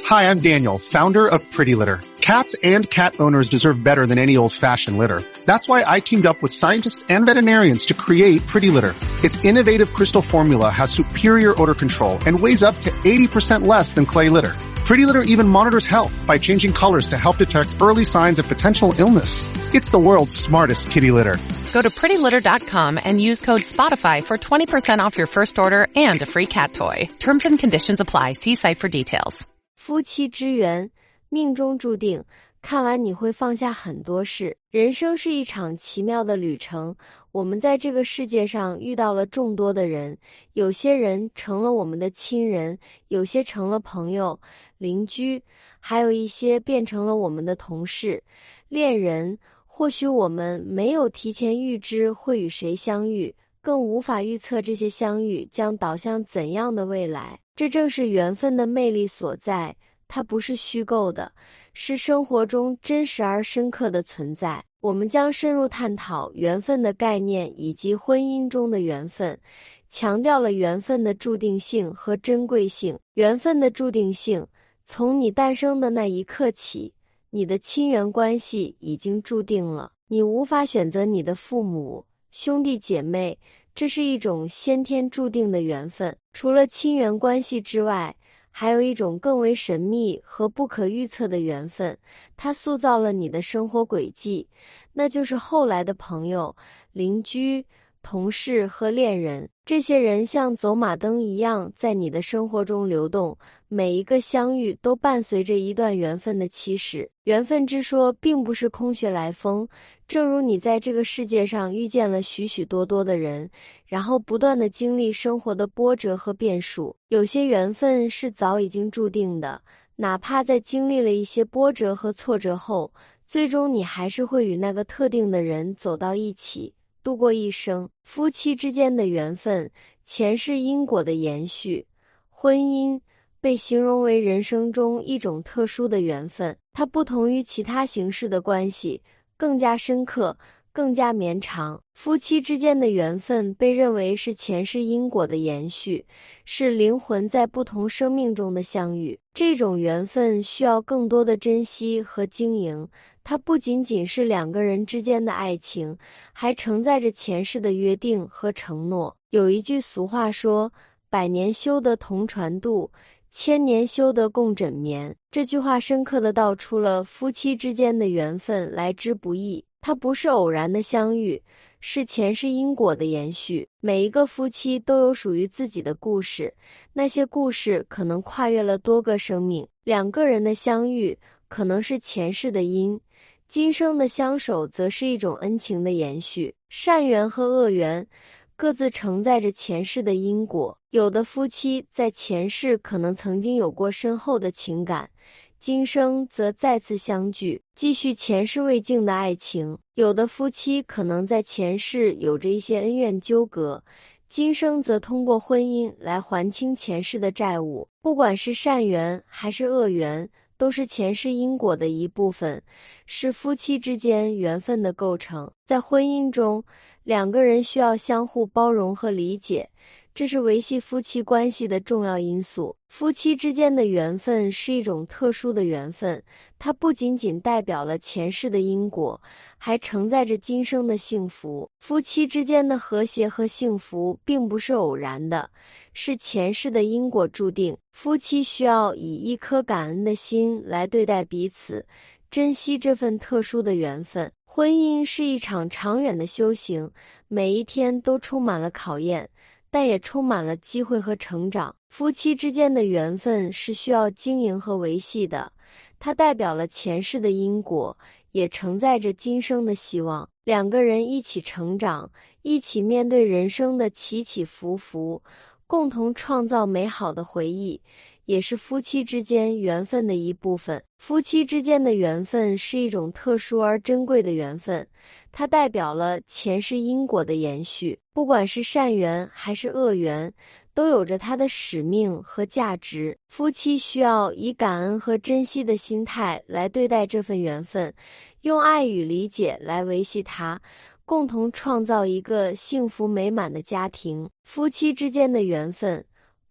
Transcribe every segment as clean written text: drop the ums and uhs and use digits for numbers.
Hi, I'm Daniel, founder of Pretty Litter. Cats and cat owners deserve better than any old-fashioned litter. That's why I teamed up with scientists and veterinarians to create Pretty Litter. Its innovative crystal formula has superior odor control and weighs up to 80% less than clay litter. Pretty Litter even monitors health by changing colors to help detect early signs of potential illness. It's the world's smartest kitty litter. Go to prettylitter.com and use code SPOTIFY for 20% off your first order and a free cat toy. Terms and conditions apply. See site for details. 夫妻之缘，命中注定。看完你会放下很多事。人生是一场奇妙的旅程，我们在这个世界上遇到了众多的人，有些人成了我们的亲人，有些成了朋友、邻居，还有一些变成了我们的同事、恋人。或许我们没有提前预知会与谁相遇，更无法预测这些相遇将导向怎样的未来。这正是缘分的魅力所在，它不是虚构的，是生活中真实而深刻的存在。我们将深入探讨缘分的概念以及婚姻中的缘分，强调了缘分的注定性和珍贵性。缘分的注定性，从你诞生的那一刻起，你的亲缘关系已经注定了。你无法选择你的父母、兄弟姐妹，这是一种先天注定的缘分。除了亲缘关系之外，还有一种更为神秘和不可预测的缘分，它塑造了你的生活轨迹，那就是后来的朋友、邻居、同事和恋人。这些人像走马灯一样在你的生活中流动，每一个相遇都伴随着一段缘分的起始。缘分之说并不是空穴来风，正如你在这个世界上遇见了许许多多的人，然后不断地经历生活的波折和变数。有些缘分是早已经注定的，哪怕在经历了一些波折和挫折后，最终你还是会与那个特定的人走到一起，度过一生。夫妻之间的缘分，前世因果的延续。婚姻被形容为人生中一种特殊的缘分，它不同于其他形式的关系，更加深刻，更加绵长。夫妻之间的缘分被认为是前世因果的延续，是灵魂在不同生命中的相遇。这种缘分需要更多的珍惜和经营，它不仅仅是两个人之间的爱情，还承载着前世的约定和承诺。有一句俗话说，100年修得同船渡，1000年修得共枕眠。这句话深刻地道出了夫妻之间的缘分来之不易，它不是偶然的相遇，是前世因果的延续。每一个夫妻都有属于自己的故事，那些故事可能跨越了多个生命。两个人的相遇可能是前世的因，今生的相守则是一种恩情的延续。善缘和恶缘各自承载着前世的因果，有的夫妻在前世可能曾经有过深厚的情感，今生则再次相聚，继续前世未尽的爱情。有的夫妻可能在前世有着一些恩怨纠葛，今生则通过婚姻来还清前世的债务。不管是善缘还是恶缘，都是前世因果的一部分，是夫妻之间缘分的构成。在婚姻中，两个人需要相互包容和理解，这是维系夫妻关系的重要因素。夫妻之间的缘分是一种特殊的缘分，它不仅仅代表了前世的因果，还承载着今生的幸福。夫妻之间的和谐和幸福并不是偶然的，是前世的因果注定。夫妻需要以一颗感恩的心来对待彼此，珍惜这份特殊的缘分。婚姻是一场长远的修行，每一天都充满了考验，但也充满了机会和成长。夫妻之间的缘分是需要经营和维系的，它代表了前世的因果，也承载着今生的希望。两个人一起成长，一起面对人生的起起伏伏，共同创造美好的回忆，也是夫妻之间缘分的一部分。夫妻之间的缘分是一种特殊而珍贵的缘分，它代表了前世因果的延续。不管是善缘还是恶缘，都有着它的使命和价值。夫妻需要以感恩和珍惜的心态来对待这份缘分，用爱与理解来维系它，共同创造一个幸福美满的家庭。夫妻之间的缘分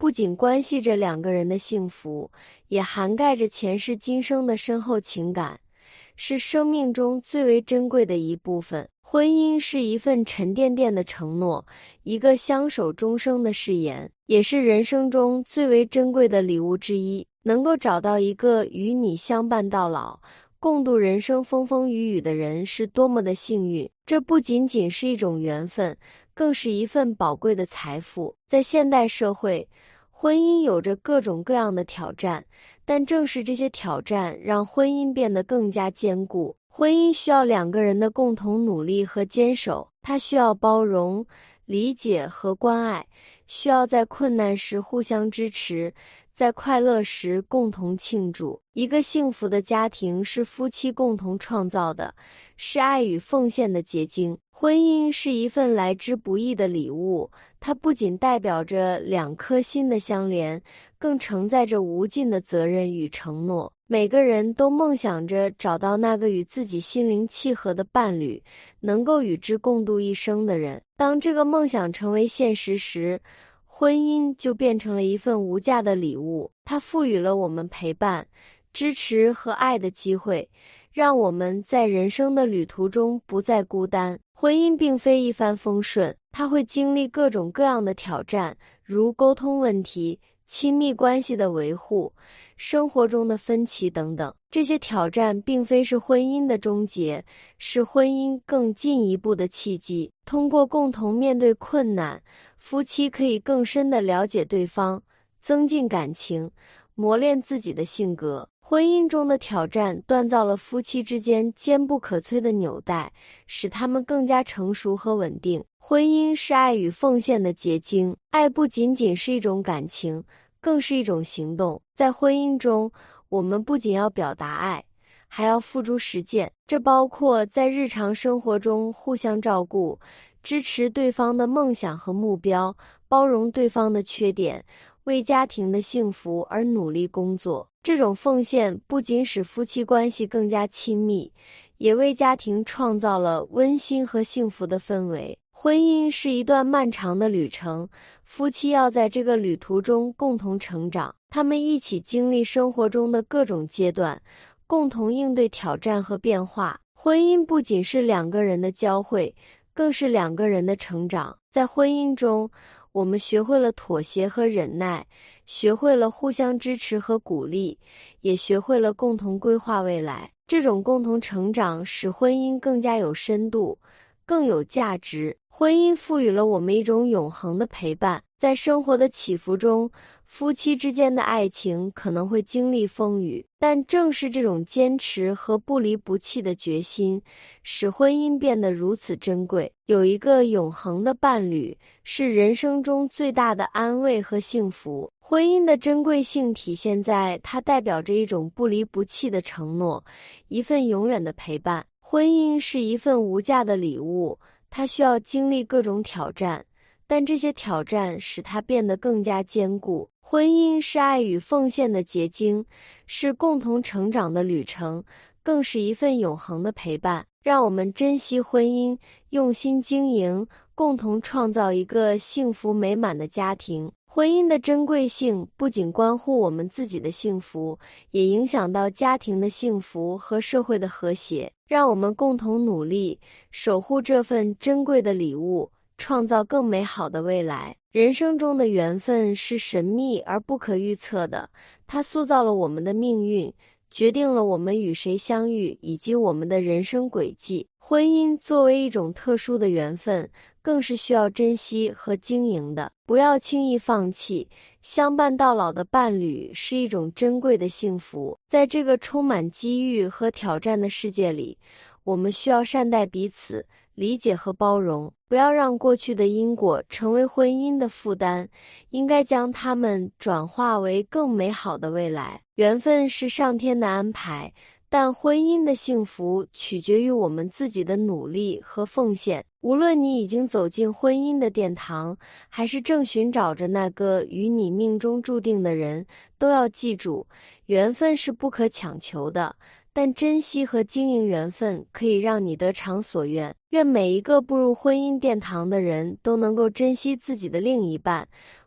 不仅关系着两个人的幸福，也涵盖着前世今生的深厚情感，是生命中最为珍贵的一部分。婚姻是一份沉甸甸的承诺，一个相守终生的誓言，也是人生中最为珍贵的礼物之一。能够找到一个与你相伴到老，共度人生风风雨雨的人是多么的幸运。这不仅仅是一种缘分，更是一份宝贵的财富。在现代社会，婚姻有着各种各样的挑战，但正是这些挑战让婚姻变得更加坚固。婚姻需要两个人的共同努力和坚守，它需要包容、理解和关爱，需要在困难时互相支持，在快乐时共同庆祝。一个幸福的家庭是夫妻共同创造的，是爱与奉献的结晶。婚姻是一份来之不易的礼物，它不仅代表着两颗心的相连，更承载着无尽的责任与承诺。每个人都梦想着找到那个与自己心灵契合的伴侣，能够与之共度一生的人。当这个梦想成为现实时，婚姻就变成了一份无价的礼物，它赋予了我们陪伴、支持和爱的机会，让我们在人生的旅途中不再孤单。婚姻并非一帆风顺，它会经历各种各样的挑战，如沟通问题、亲密关系的维护、生活中的分歧等等。这些挑战并非是婚姻的终结，是婚姻更进一步的契机。通过共同面对困难，夫妻可以更深地了解对方，增进感情，磨练自己的性格。婚姻中的挑战锻造了夫妻之间坚不可摧的纽带，使他们更加成熟和稳定。婚姻是爱与奉献的结晶，爱不仅仅是一种感情，更是一种行动。在婚姻中，我们不仅要表达爱，还要付诸实践。这包括在日常生活中互相照顾，支持对方的梦想和目标，包容对方的缺点，为家庭的幸福而努力工作。这种奉献不仅使夫妻关系更加亲密，也为家庭创造了温馨和幸福的氛围。婚姻是一段漫长的旅程，夫妻要在这个旅途中共同成长，他们一起经历生活中的各种阶段，共同应对挑战和变化。婚姻不仅是两个人的交汇，更是两个人的成长。在婚姻中，我们学会了妥协和忍耐，学会了互相支持和鼓励，也学会了共同规划未来。这种共同成长使婚姻更加有深度，更有价值。婚姻赋予了我们一种永恒的陪伴，在生活的起伏中，夫妻之间的爱情可能会经历风雨，但正是这种坚持和不离不弃的决心，使婚姻变得如此珍贵。有一个永恒的伴侣，是人生中最大的安慰和幸福。婚姻的珍贵性体现在它代表着一种不离不弃的承诺，一份永远的陪伴。婚姻是一份无价的礼物，它需要经历各种挑战，但这些挑战使它变得更加坚固。婚姻是爱与奉献的结晶，是共同成长的旅程，更是一份永恒的陪伴。让我们珍惜婚姻，用心经营，共同创造一个幸福美满的家庭。婚姻的珍贵性不仅关乎我们自己的幸福，也影响到家庭的幸福和社会的和谐。让我们共同努力，守护这份珍贵的礼物，创造更美好的未来。人生中的缘分是神秘而不可预测的，它塑造了我们的命运，决定了我们与谁相遇，以及我们的人生轨迹。婚姻作为一种特殊的缘分，更是需要珍惜和经营的。不要轻易放弃，相伴到老的伴侣是一种珍贵的幸福。在这个充满机遇和挑战的世界里，我们需要善待彼此，理解和包容，不要让过去的因果成为婚姻的负担，应该将它们转化为更美好的未来。缘分是上天的安排，但婚姻的幸福取决于我们自己的努力和奉献。无论你已经走进婚姻的殿堂，还是正寻找着那个与你命中注定的人，都要记住，缘分是不可强求的，但珍惜和经营缘分可以让你得偿所愿。愿每一个步入婚姻殿堂的人都能够珍惜自己的另一半，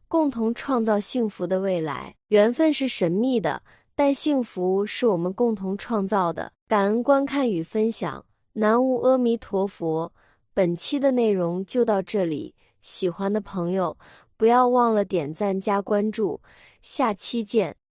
共同创造幸福的未来。缘分是神秘的，但幸福是我们共同创造的。感恩观看与分享，南无阿弥陀佛。本期的内容就到这里，喜欢的朋友不要忘了点赞加关注，下期见。